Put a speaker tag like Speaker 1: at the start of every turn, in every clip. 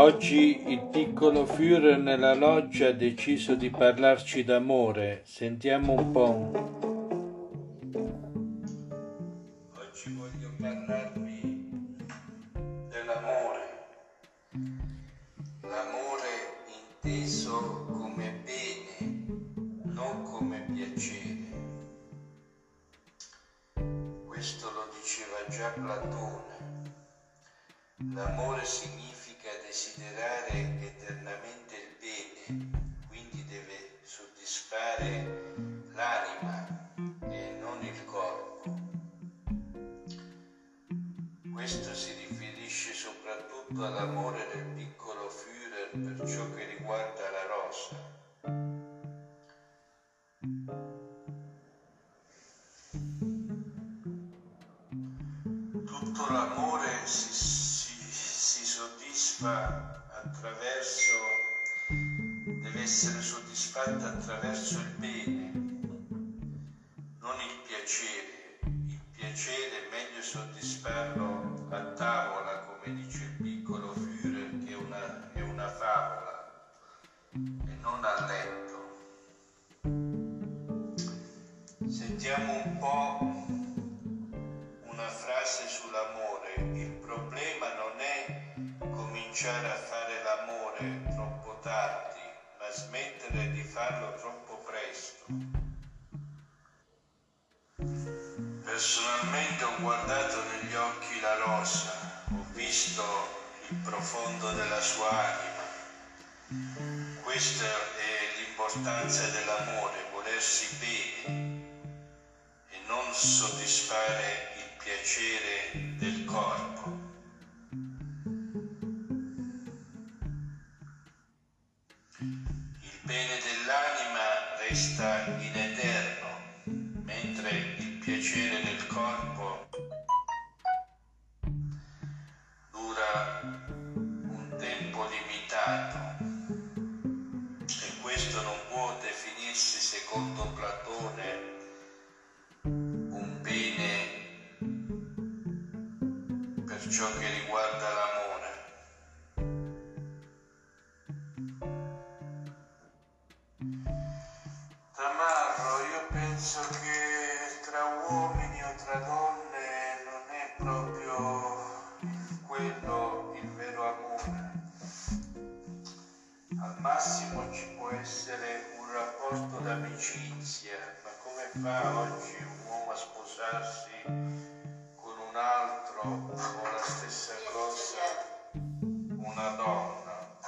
Speaker 1: Oggi il piccolo Führer nella loggia ha deciso di parlarci d'amore. Sentiamo un po'. Oggi voglio parlarvi dell'amore. L'amore inteso come bene, non come piacere. Questo lo diceva già Platone. L'amore significa desiderare eternamente il bene, quindi deve soddisfare l'anima e non il corpo. Questo si riferisce soprattutto all'amore del piccolo Führer per ciò che riguarda la rosa. Tutto l'amore si soddisfa deve essere soddisfatto attraverso il bene, non il piacere. Il piacere è meglio soddisfarlo a tavola, come dice il piccolo Führer, che è una favola, e non a letto. Sentiamo un po' una frase sull'amore. Il problema non è cominciare a fare l'amore troppo tardi, ma smettere di farlo troppo presto. Personalmente ho guardato negli occhi la rosa, ho visto il profondo della sua anima. Questa è l'importanza dell'amore, volersi bene e non soddisfare il piacere del corpo. Il bene dell'anima resta in eterno, mentre il piacere del corpo dura un tempo limitato, e questo non può definirsi, secondo Platone, un bene per ciò che riguarda l'amore. Tamarro, io penso che tra uomini o tra donne non è proprio quello il vero amore. Al massimo ci può essere un rapporto d'amicizia, ma come fa oggi un uomo a sposarsi con un altro o la stessa cosa una donna?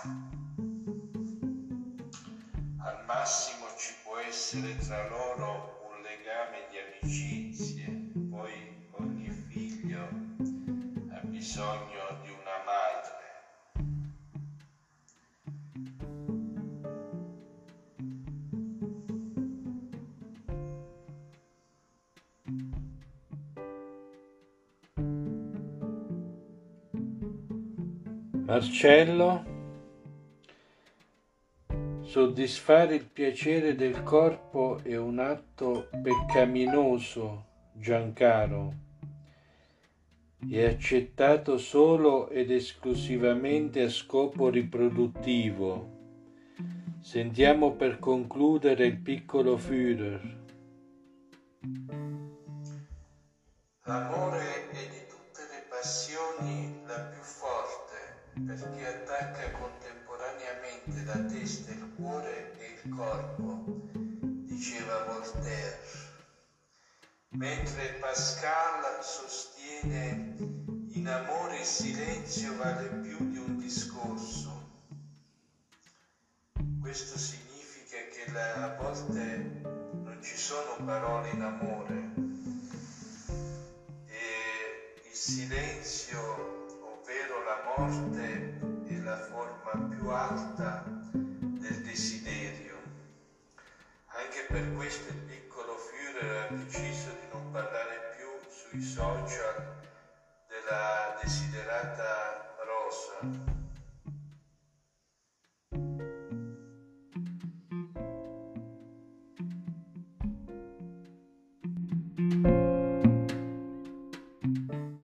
Speaker 1: Al massimo ci può essere tra loro un legame di amicizie, poi ogni figlio ha bisogno di una madre. Marcello, soddisfare il piacere del corpo è un atto peccaminoso, Giancaro. È accettato solo ed esclusivamente a scopo riproduttivo. Sentiamo per concludere il piccolo Führer. L'amore è di tutte le passioni la più forte, perché attacca contemporaneamente la testa, il cuore e il corpo, diceva Voltaire, mentre Pascal sostiene in amore il silenzio vale più di un discorso. Questo significa che a volte non ci sono parole in amore e il silenzio, ovvero la morte, è la forma più alta del desiderio. Anche per questo il piccolo Führer ha deciso di non parlare più sui soldi